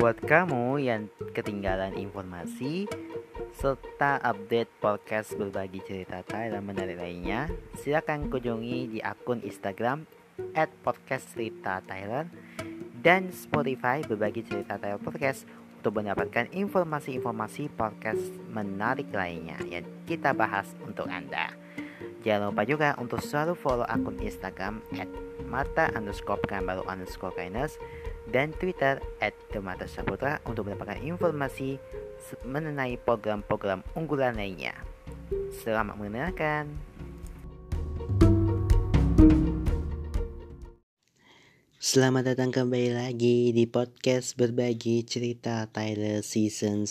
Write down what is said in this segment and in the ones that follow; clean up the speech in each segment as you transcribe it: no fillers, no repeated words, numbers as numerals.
Buat kamu yang ketinggalan informasi serta update podcast berbagi cerita Thailand menarik lainnya, silakan kunjungi di akun Instagram @podcastceritathailand dan Spotify berbagi cerita Thailand podcast untuk mendapatkan informasi-informasi podcast menarik lainnya yang kita bahas untuk Anda. Jangan lupa juga untuk selalu follow akun Instagram @mata_pekanbaru_kindness dan Twitter @thematasaputra untuk mendapatkan informasi mengenai program-program unggulan lainnya. Selamat mendengarkan. Selamat datang kembali lagi di podcast berbagi cerita Tyler season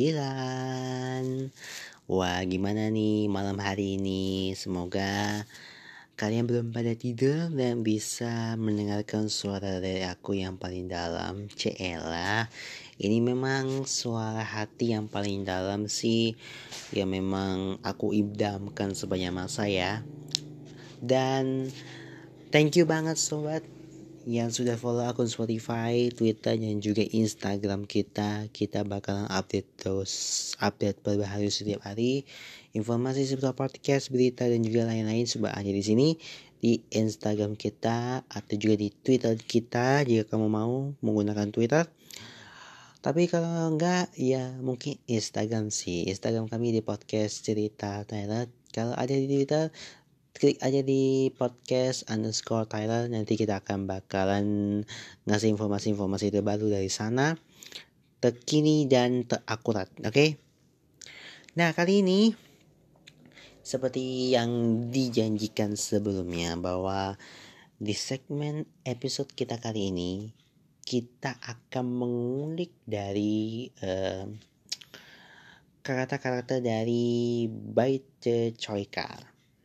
9. Wah, gimana nih malam hari ini? Semoga kalian belum pada tidur dan bisa mendengarkan suara dari aku yang paling dalam. Ceela, ini memang suara hati yang paling dalam sih, yang memang aku idamkan sebanyak masa ya. Dan thank you banget sobat yang sudah follow akun Spotify, Twitter, dan juga Instagram kita. Kita bakalan update terbaru setiap hari. Informasi seputar podcast, berita, dan juga lain-lain sudah ada di sini di Instagram kita atau juga di Twitter kita jika kamu mau menggunakan Twitter. Tapi kalau enggak, ya mungkin Instagram sih. Instagram kami di podcast cerita Thailand. Kalau ada di Twitter, klik aja di podcast_Thailand. Nanti kita akan bakalan ngasih informasi-informasi terbaru dari sana, terkini dan terakurat. Oke? Nah, kali ini seperti yang dijanjikan sebelumnya, bahwa di segmen episode kita kali ini kita akan mengulik dari karakter-karakter dari Baite Choikar.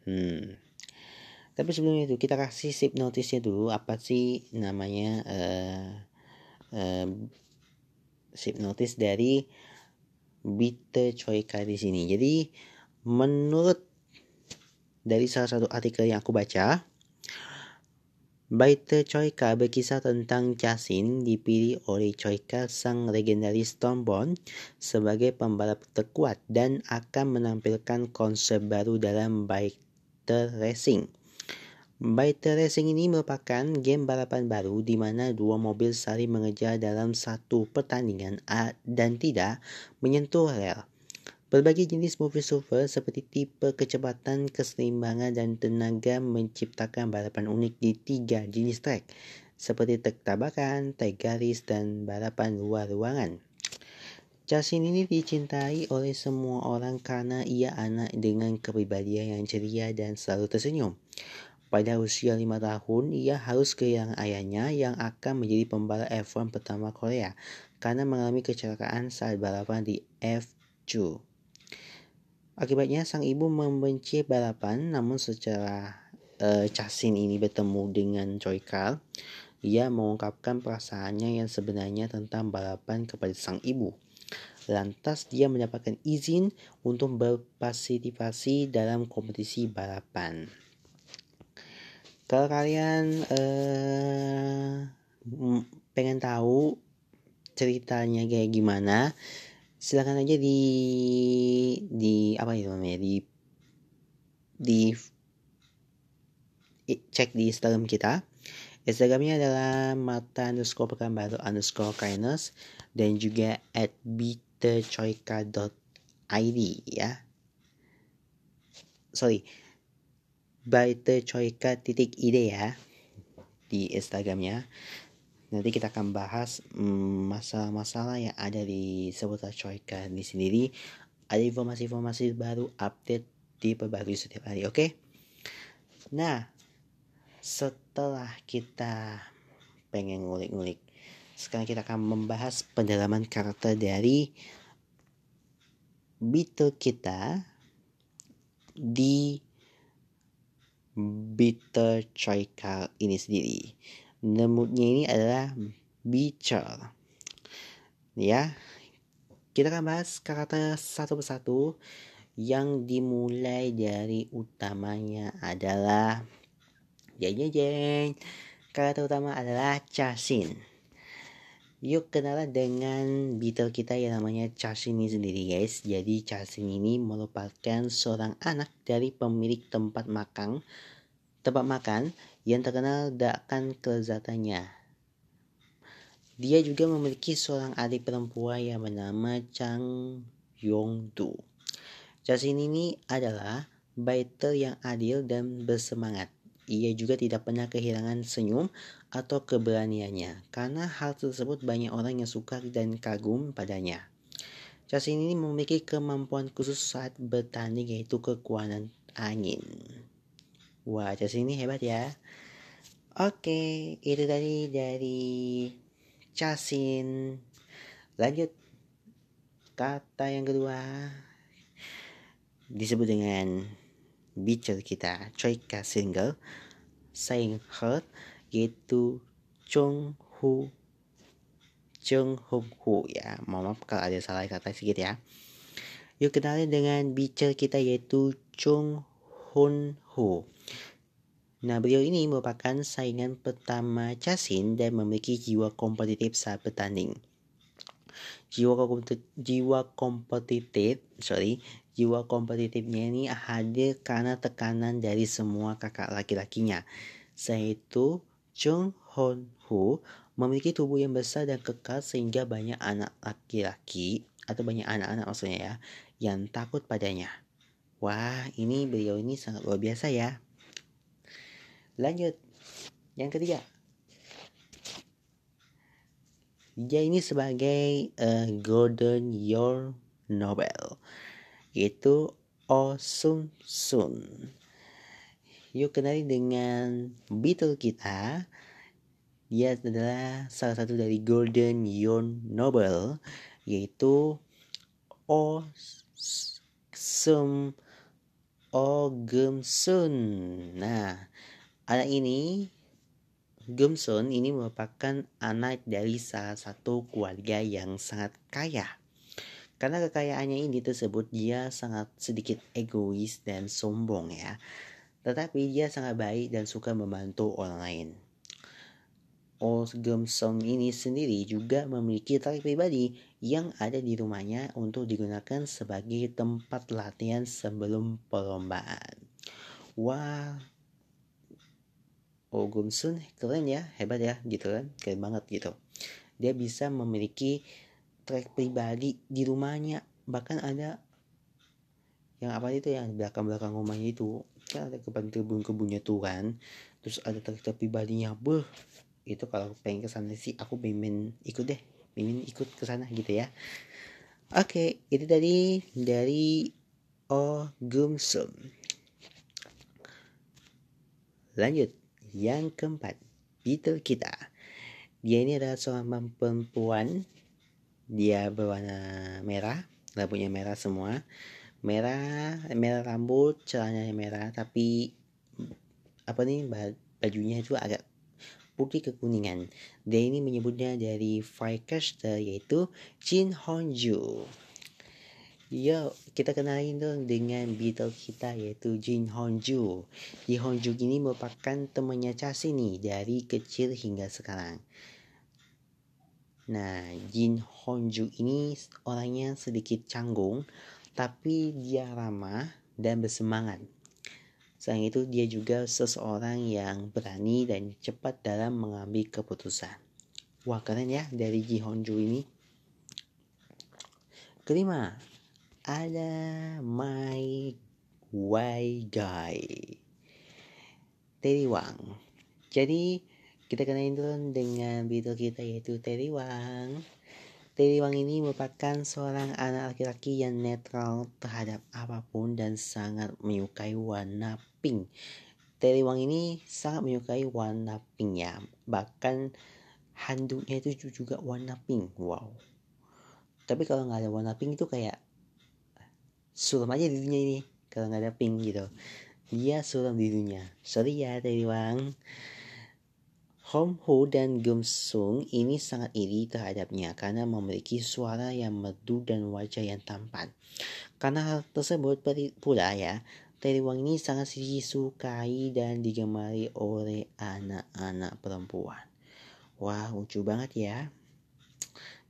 Tapi sebelum itu kita kasih hipnotisnya dulu, apa sih namanya hipnotis dari Baite Choikar di sini. Jadi menurut dari salah satu artikel yang aku baca, Baite Choikar berkisah tentang Chasin dipilih oleh Choikar sang legendaris Stormborn sebagai pembalap terkuat dan akan menampilkan konsep baru dalam Baite Racing. Baite Racing ini merupakan game balapan baru di mana dua mobil saling mengejar dalam satu pertandingan dan tidak menyentuh rel. Berbagai jenis mobil super seperti tipe, kecepatan, keseimbangan, dan tenaga menciptakan balapan unik di 3 jenis trek, seperti trek tabrakan, trek garis, dan balapan luar ruangan. Chasin ini dicintai oleh semua orang karena ia anak dengan kepribadian yang ceria dan selalu tersenyum. Pada usia 5 tahun, ia harus kehilangan ayahnya yang akan menjadi pembalap F1 pertama Korea karena mengalami kecelakaan saat balapan di F2. Akibatnya, sang ibu membenci balapan, namun setelah Chasin ini bertemu dengan Choikar, ia mengungkapkan perasaannya yang sebenarnya tentang balapan kepada sang ibu. Lantas dia mendapatkan izin untuk berpartisipasi dalam kompetisi balapan. Kalau kalian pengen tahu ceritanya kayak gimana, silakan aja di apa itu namanya, di cek di Instagram kita. Instagramnya adalah mata_pekanbaru_kindness dan juga @bitechoika.id ya. Baitechoika.id ya di Instagramnya. Nanti kita akan bahas masalah-masalah yang ada di seputar Choika ini sendiri. Ada informasi-informasi baru, update diperbarui setiap hari, oke? Nah, setelah kita pengen ngulik-ngulik, sekarang kita akan membahas pendalaman karakter dari Beetle kita di Baite Choikar ini sendiri. Namanya ini adalah Beecher. Ya, kita akan bahas karakter satu persatu. Yang dimulai dari utamanya adalah karakter utama adalah Chasin. Yuk kenalan dengan Beatle kita yang namanya Chasin ini sendiri guys. Jadi Chasin ini merupakan seorang anak dari pemilik tempat makan yang terkenal akan kelezatannya. Dia juga memiliki seorang adik perempuan yang bernama Chang Yong-du. Chasin ini adalah Beatle yang adil dan bersemangat. Ia juga tidak pernah kehilangan senyum atau keberaniannya, karena hal tersebut banyak orang yang suka dan kagum padanya. Chasin ini memiliki kemampuan khusus saat bertanding, yaitu kekuatan angin. Wah, Chasin ini hebat ya. Oke, itu tadi dari Chasin. Lanjut, kata yang kedua disebut dengan Beatle kita Choika single Saying Heart, yaitu Chung Hoo ya. Maaf kalau ada salah kata sedikit ya. Yuk kenalin dengan Beatle kita yaitu Chung Hoon Ho. Nah, beliau ini merupakan saingan pertama Chasin dan memiliki jiwa kompetitif saat bertanding. Jiwa kompetitifnya ini hadir karena tekanan dari semua kakak laki-lakinya. Yaitu Chung Hoon Ho memiliki tubuh yang besar dan kekal sehingga banyak anak laki-laki atau banyak anak-anak maksudnya ya yang takut padanya. Wah, ini beliau ini sangat luar biasa ya. Lanjut, yang ketiga. Dia ini sebagai Golden Year Nobel, yaitu Oh Sun Sun. Yuk kenali dengan Beatle kita. Dia adalah salah satu dari Golden Year Nobel, yaitu Oh Geum Sun. Nah, anak ini Gumsun ini merupakan anak dari salah satu keluarga yang sangat kaya. Karena kekayaannya ini tersebut dia sangat sedikit egois dan sombong ya. Tetapi dia sangat baik dan suka membantu orang lain. Oh Gumsun ini sendiri juga memiliki truk pribadi yang ada di rumahnya untuk digunakan sebagai tempat latihan sebelum perlombaan. Wah, Oh Gumsun keren ya, hebat ya gitu kan, keren banget gitu. Dia bisa memiliki trek pribadi di rumahnya, bahkan ada yang apa itu yang belakang rumahnya itu kan ada kebunnya tuh kan, terus ada trek pribadinya. Itu kalau pengen kesana sih aku pengen ikut kesana gitu ya. Oke, itu tadi dari Oh Gumsun. Lanjut, yang keempat, Beatle kita. Dia ini adalah seorang perempuan. Dia berwarna merah, rambutnya merah semua. Merah rambut, celananya merah, tapi bajunya itu agak putih kekuningan. Dia ini menyebutnya dari Firecracker, yaitu Jin Honju. Yuk, kita kenalin dong dengan Beatle kita yaitu Jin Honju. Jin Honju ini merupakan temannya Chasin nih dari kecil hingga sekarang. Nah, Jin Honju ini orangnya sedikit canggung, tapi dia ramah dan bersemangat. Selain itu, dia juga seseorang yang berani dan cepat dalam mengambil keputusan. Wah, keren ya dari Jin Honju ini. Kelima, ada My Way Guy, Terry Wang. Jadi kita kenalin dulu dengan Beatle kita yaitu Terry Wang. Terry Wang ini merupakan seorang anak laki-laki yang netral terhadap apapun dan sangat menyukai warna pink. Terry Wang ini sangat menyukai warna pink ya. Bahkan handuknya itu juga warna pink. Wow. Tapi kalau nggak ada warna pink itu kayak suram aja di dunia ini kalau nggak ada pink gitu. Dia suram di dunia. Sorry ya Terry Wang. Hom Ho dan Gumsung ini sangat iri terhadapnya karena memiliki suara yang merdu dan wajah yang tampan. Karena hal tersebut pula ya, Terry Wang ini sangat disukai dan digemari oleh anak-anak perempuan. Wah, lucu banget ya.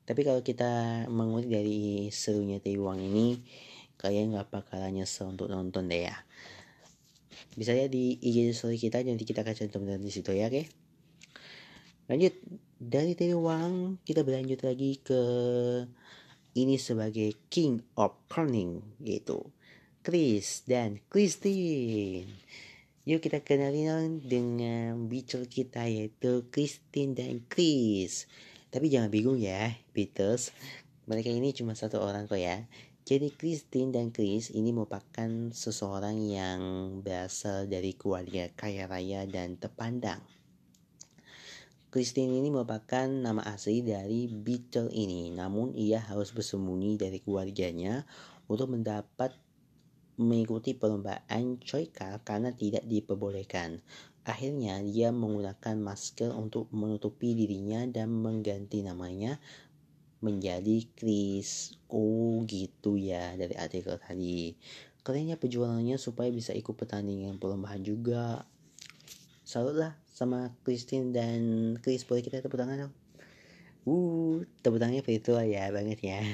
Tapi kalau kita mengutip dari serunya Taewon ini, kalian gak bakalan nyesel untuk nonton deh ya. Bisa lihat di IG story kita, nanti kita akan cantumkan di situ ya, oke? Lanjut, dari Taewon kita berlanjut lagi ke ini sebagai King of Corning, yaitu Chris dan Christine. Yuk kita kenalin dengan Beatles kita, yaitu Christine dan Chris. Tapi jangan bingung ya, Beatles. Mereka ini cuma satu orang kok ya. Jadi Christine dan Chris ini merupakan seseorang yang berasal dari keluarga kaya raya dan terpandang. Christine ini merupakan nama asli dari Beatles ini, namun ia harus bersembunyi dari keluarganya untuk mengikuti perlombaan Choika karena tidak diperbolehkan. Akhirnya dia menggunakan masker untuk menutupi dirinya dan mengganti namanya menjadi Chris. Oh gitu ya, dari artikel tadi. Kerennya perjuangannya supaya bisa ikut pertandingan perlombaan juga. Salut lah sama Christine dan Chris. Boleh kita tepuk tangan dong? Tepuk tangannya virtual ya, banget ya.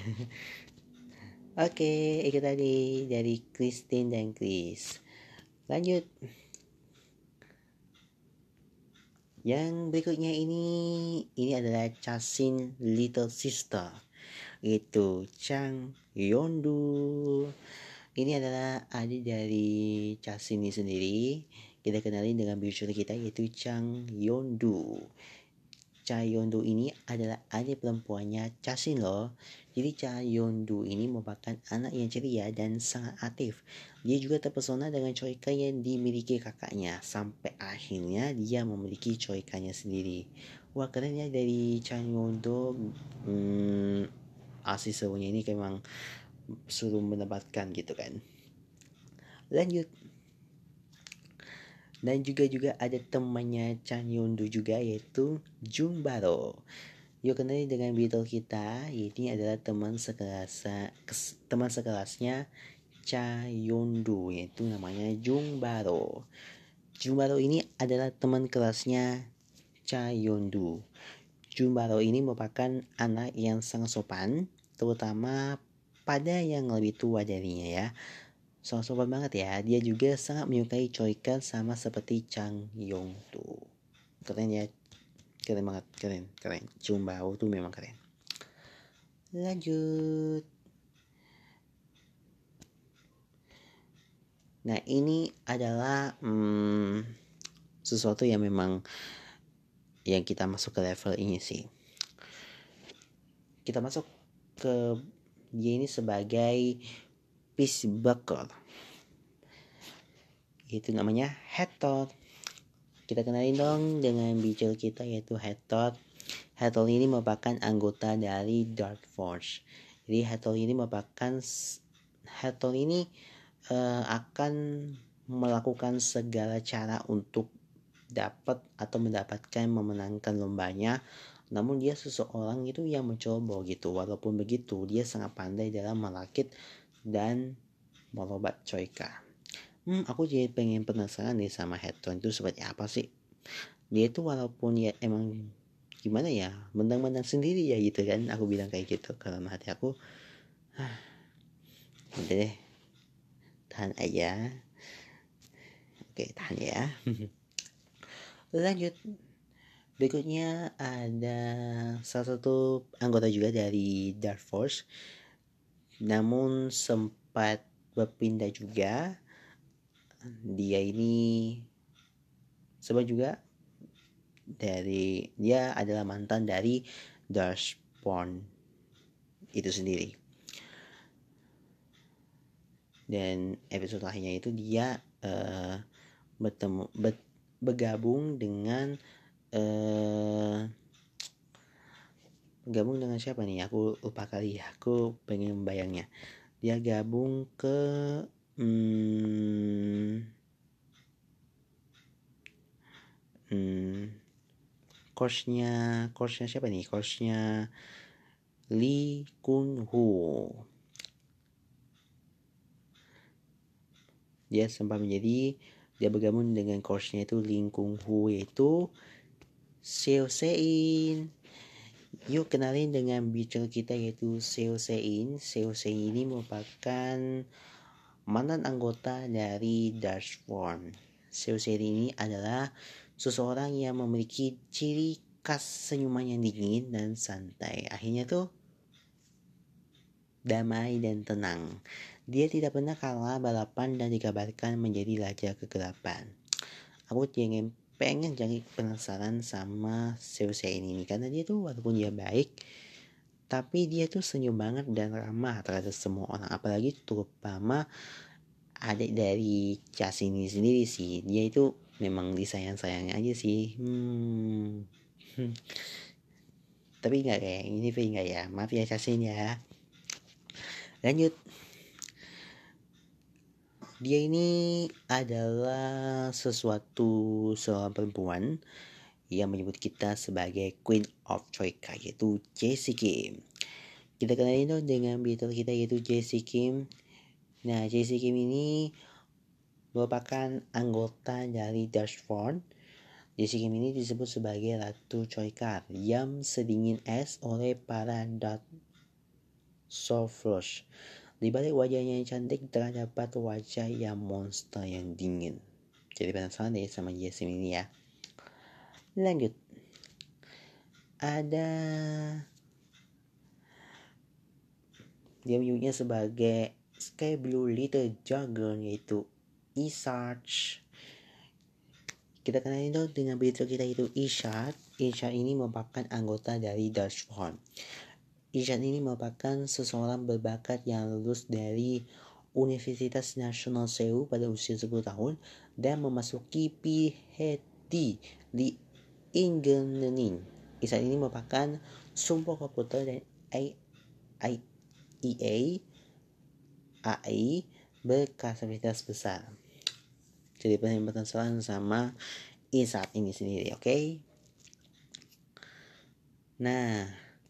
Oke, itu tadi dari Christine dan Chris. Lanjut. Yang berikutnya ini adalah Chasin Little Sister. Itu Chang Yondu. Ini adalah adik dari Chasin ini sendiri. Kita kenalin dengan bioskop kita, yaitu Chang Yondu. Cha Yondu ini adalah adik perempuannya Chasin loh. Jadi Cha Yondu ini merupakan anak yang ceria dan sangat aktif. Dia juga terpesona dengan Choika yang dimiliki kakaknya. Sampai akhirnya dia memiliki Choikanya sendiri. Wah keren ya dari Cha Yondu. Asli serunya ini memang suruh mendapatkan gitu kan. Lanjut. Dan juga ada temannya Chan Yondu juga, yaitu Jung Baro. Yuk kenali dengan Beatles kita. Ini adalah teman sekelasnya Cha Yondu, yaitu namanya Jung Baro. Jung Baro ini adalah teman kelasnya Cha Yondu. Jung Baro ini merupakan anak yang sangat sopan, terutama pada yang lebih tua darinya ya. Sopan banget ya. Dia juga sangat menyukai Choika sama seperti Chang Yong Tu. Keren ya. Keren banget. Keren. Jumbao tuh memang keren. Lanjut. Nah ini adalah sesuatu yang memang yang kita masuk ke level ini sih. Kita masuk ke dia ini sebagai Peacebreaker. Itu namanya Hathor. Kita kenalin dong dengan bicil kita, yaitu Hathor. Hathor ini merupakan anggota dari Dark Force. Jadi Hathor ini akan melakukan segala cara untuk dapat atau mendapatkan memenangkan lombanya. Namun dia seseorang itu yang mencoba gitu. Walaupun begitu dia sangat pandai dalam merakit dan merobat Choika. Aku jadi pengen penasaran nih sama Hathor itu seperti apa sih. Dia itu walaupun ya emang gimana ya, menang-menang sendiri ya gitu kan. Aku bilang kayak gitu karena hati aku udah deh, tahan aja. Oke, tahan ya. Lanjut. Berikutnya ada salah satu anggota juga dari Dark Force, namun sempat berpindah juga. Dia ini sebab juga dia adalah mantan dari Darkspawn itu sendiri. Dan episode akhirnya itu dia bergabung dengan siapa nih? Aku lupa kali ya. Aku pengen bayangnya. Dia gabung ke coachnya siapa nih? Coachnya Lee Kun Ho. Dia bergabung dengan coachnya itu Lee Kun Ho, yaitu Seo Sein. Yuk kenalin dengan Beatle kita yaitu Seo Sein. Seo Sein ini merupakan mantan anggota dari Dash Form. Seo Sein ini adalah seseorang yang memiliki ciri khas senyuman yang dingin dan santai. Akhirnya tuh damai dan tenang. Dia tidak pernah kalah balapan dan dikabarkan menjadi raja kegelapan. Aku pengen jadi penasaran sama Seo Sein ini karena dia tuh walaupun dia baik, tapi dia tuh senyum banget dan ramah terhadap semua orang, apalagi terutama adik dari Cas ini sendiri sih. Dia itu memang disayang-sayang aja sih. Tapi nggak kayak ini, nggak ya, maaf ya Casin ya. Lanjut. Dia ini adalah seorang perempuan yang menyebut kita sebagai Queen of Troika, yaitu Jessie Kim. Kita kenalin dong dengan Beatle kita yaitu Jessie Kim. Nah, Jessie Kim ini merupakan anggota dari Dash Form. Jessie Kim ini disebut sebagai Ratu Troika yang sedingin es oleh para Dark Soldiers. Di balik wajahnya yang cantik terdapat wajah yang monster yang dingin. Jadi penasaran deh sama Jessie ini ya. Lanjut. Ada dia menyebutnya sebagai Sky Blue Little Dragon yaitu Ishard. Kita kenalin dong dengan Beatle kita itu Ishard. Ishard ini merupakan anggota dari Dash Form. Ishard ini merupakan seseorang berbakat yang lulus dari Universitas Nasional Seoul pada usia 10 tahun dan memasuki PhD di Engineering. Ishard ini merupakan sumpah komputer dan AI berkapasitas besar. Jadi penasaran sama Ishard ini sendiri, oke? Nah,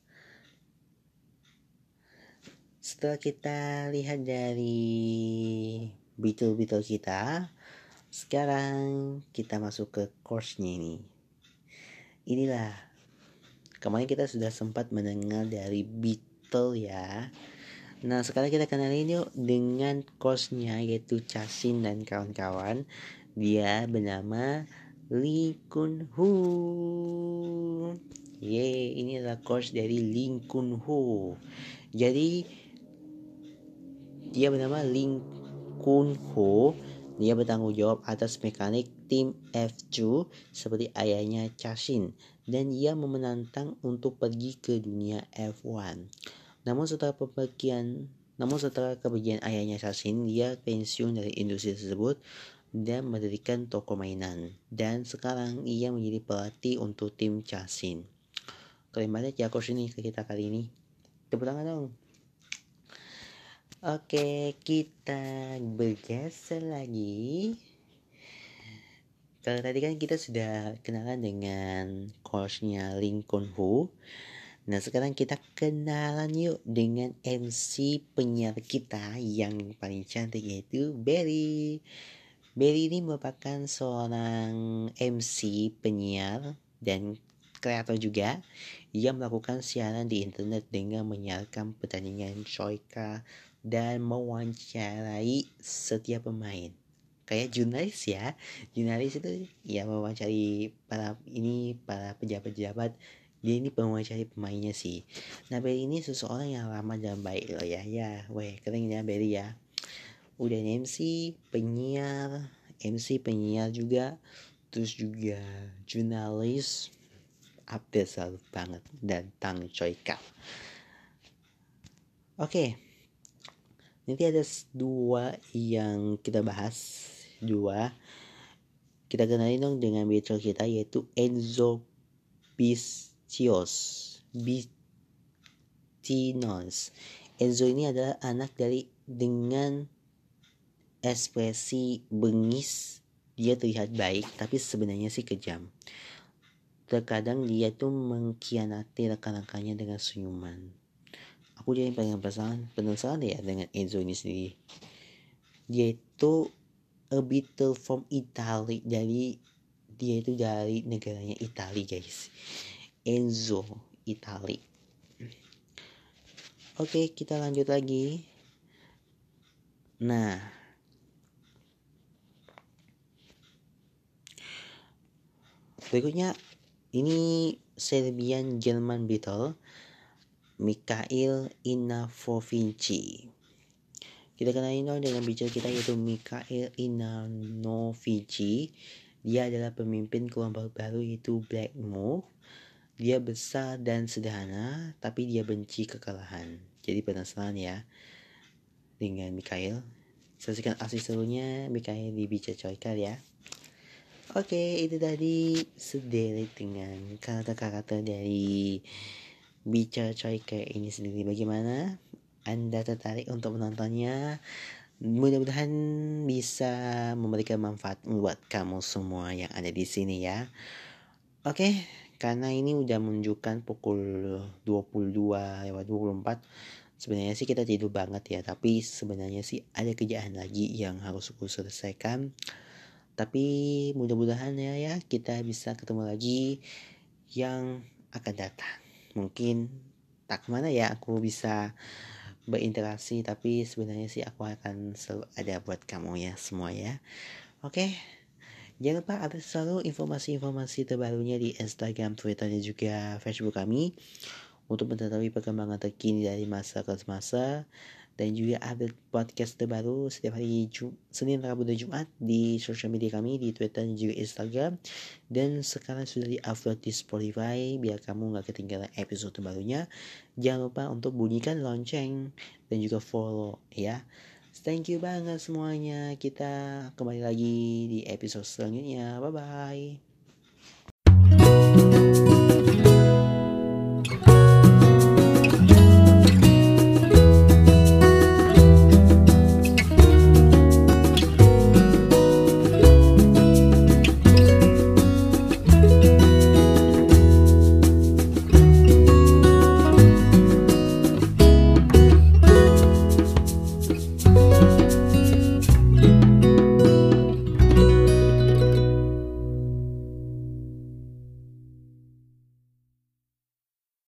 setelah kita lihat dari Beatle kita, sekarang kita masuk ke course-nya ini. Inilah, kemarin kita sudah sempat mendengar dari Beatle ya. Nah, sekarang kita kenalin yuk dengan course-nya yaitu Casin dan kawan-kawan. Dia bernama Lee Kun Ho. Ini adalah course dari Lee Kun Ho. Jadi dia bernama Lee Kun Ho. Dia bertanggung jawab atas mekanik tim F2 seperti ayahnya Casin, dan dia menantang untuk pergi ke dunia F1. Namun setelah kepergian ayahnya Casin, dia pensiun dari industri tersebut dan mendirikan toko mainan. Dan sekarang ia menjadi pelatih untuk tim Casin. Keren banget ya course ini ke kita kali ini. Tepuk tangan dong. Oke, kita bergeser lagi. Kalau tadi kan kita sudah kenalan dengan coach-nya Lee Kun Ho. Nah, sekarang kita kenalan yuk dengan MC penyiar kita yang paling cantik yaitu Berry. Berry ini merupakan seorang MC penyiar dan kreator juga yang melakukan siaran di internet dengan menyiarkan pertandingan Troika dan mewawancarai setiap pemain. Kayak jurnalis ya. Jurnalis itu ya mewawancari para pejabat-pejabat. Dia ini mewawancari pemainnya sih. Nah, Berry ini seseorang yang ramah dan baik loh ya. Keren ya Berry ya. Udah MC penyiar juga, terus juga jurnalis, update selalu banget dan tentang Troika. Oke. Nanti ada dua yang kita bahas. Kita kenalin dong dengan Beatle kita yaitu Enzo Bicinos. Enzo ini adalah anak dengan ekspresi bengis. Dia terlihat baik tapi sebenarnya sih kejam. Terkadang dia tuh mengkhianati rekan-rekannya dengan senyuman. Aku jadi pengen penasaran ya dengan Enzo ini sendiri. Dia itu a Beatle from Italy. Jadi dia itu dari negaranya Italia guys. Enzo Itali. Oke, kita lanjut lagi. Nah, berikutnya ini Serbian German Beatle Mikhail Inafovici. Kita kenalin dong dengan bicara kita yaitu Mikhail Inafovici. Dia adalah pemimpin kelompok baru yaitu Black Moor. Dia besar dan sederhana, tapi dia benci kekalahan. Jadi penasaran ya dengan Mikhail. Saksikan aksi serunya Mikhail di Bicara Coikar ya. Oke, itu tadi sederet dengan karakter-karakter dari Bicara Coikar ini sendiri. Bagaimana? Anda tertarik untuk menontonnya? Mudah-mudahan bisa memberikan manfaat buat kamu semua yang ada di sini ya. Oke, karena ini udah menunjukkan pukul 22:24. Sebenarnya sih kita tidur banget ya, tapi sebenarnya sih ada kerjaan lagi yang harus aku selesaikan. Tapi mudah-mudahan ya kita bisa ketemu lagi yang akan datang. Mungkin tak kemana ya aku bisa berinteraksi, tapi sebenarnya sih aku akan selalu ada buat kamu ya semua ya. Oke. Jangan lupa update selalu informasi-informasi terbarunya di Instagram, Twitter, dan juga Facebook kami untuk mengetahui perkembangan terkini dari masa ke masa, dan juga update podcast terbaru setiap hari Senin, Rabu, dan Jumat di sosial media kami di Twitter dan juga Instagram, dan sekarang sudah di-upload di Spotify biar kamu gak ketinggalan episode terbarunya. Jangan lupa untuk bunyikan lonceng dan juga follow ya. Thank you banget semuanya. Kita kembali lagi di episode selanjutnya. Bye-bye.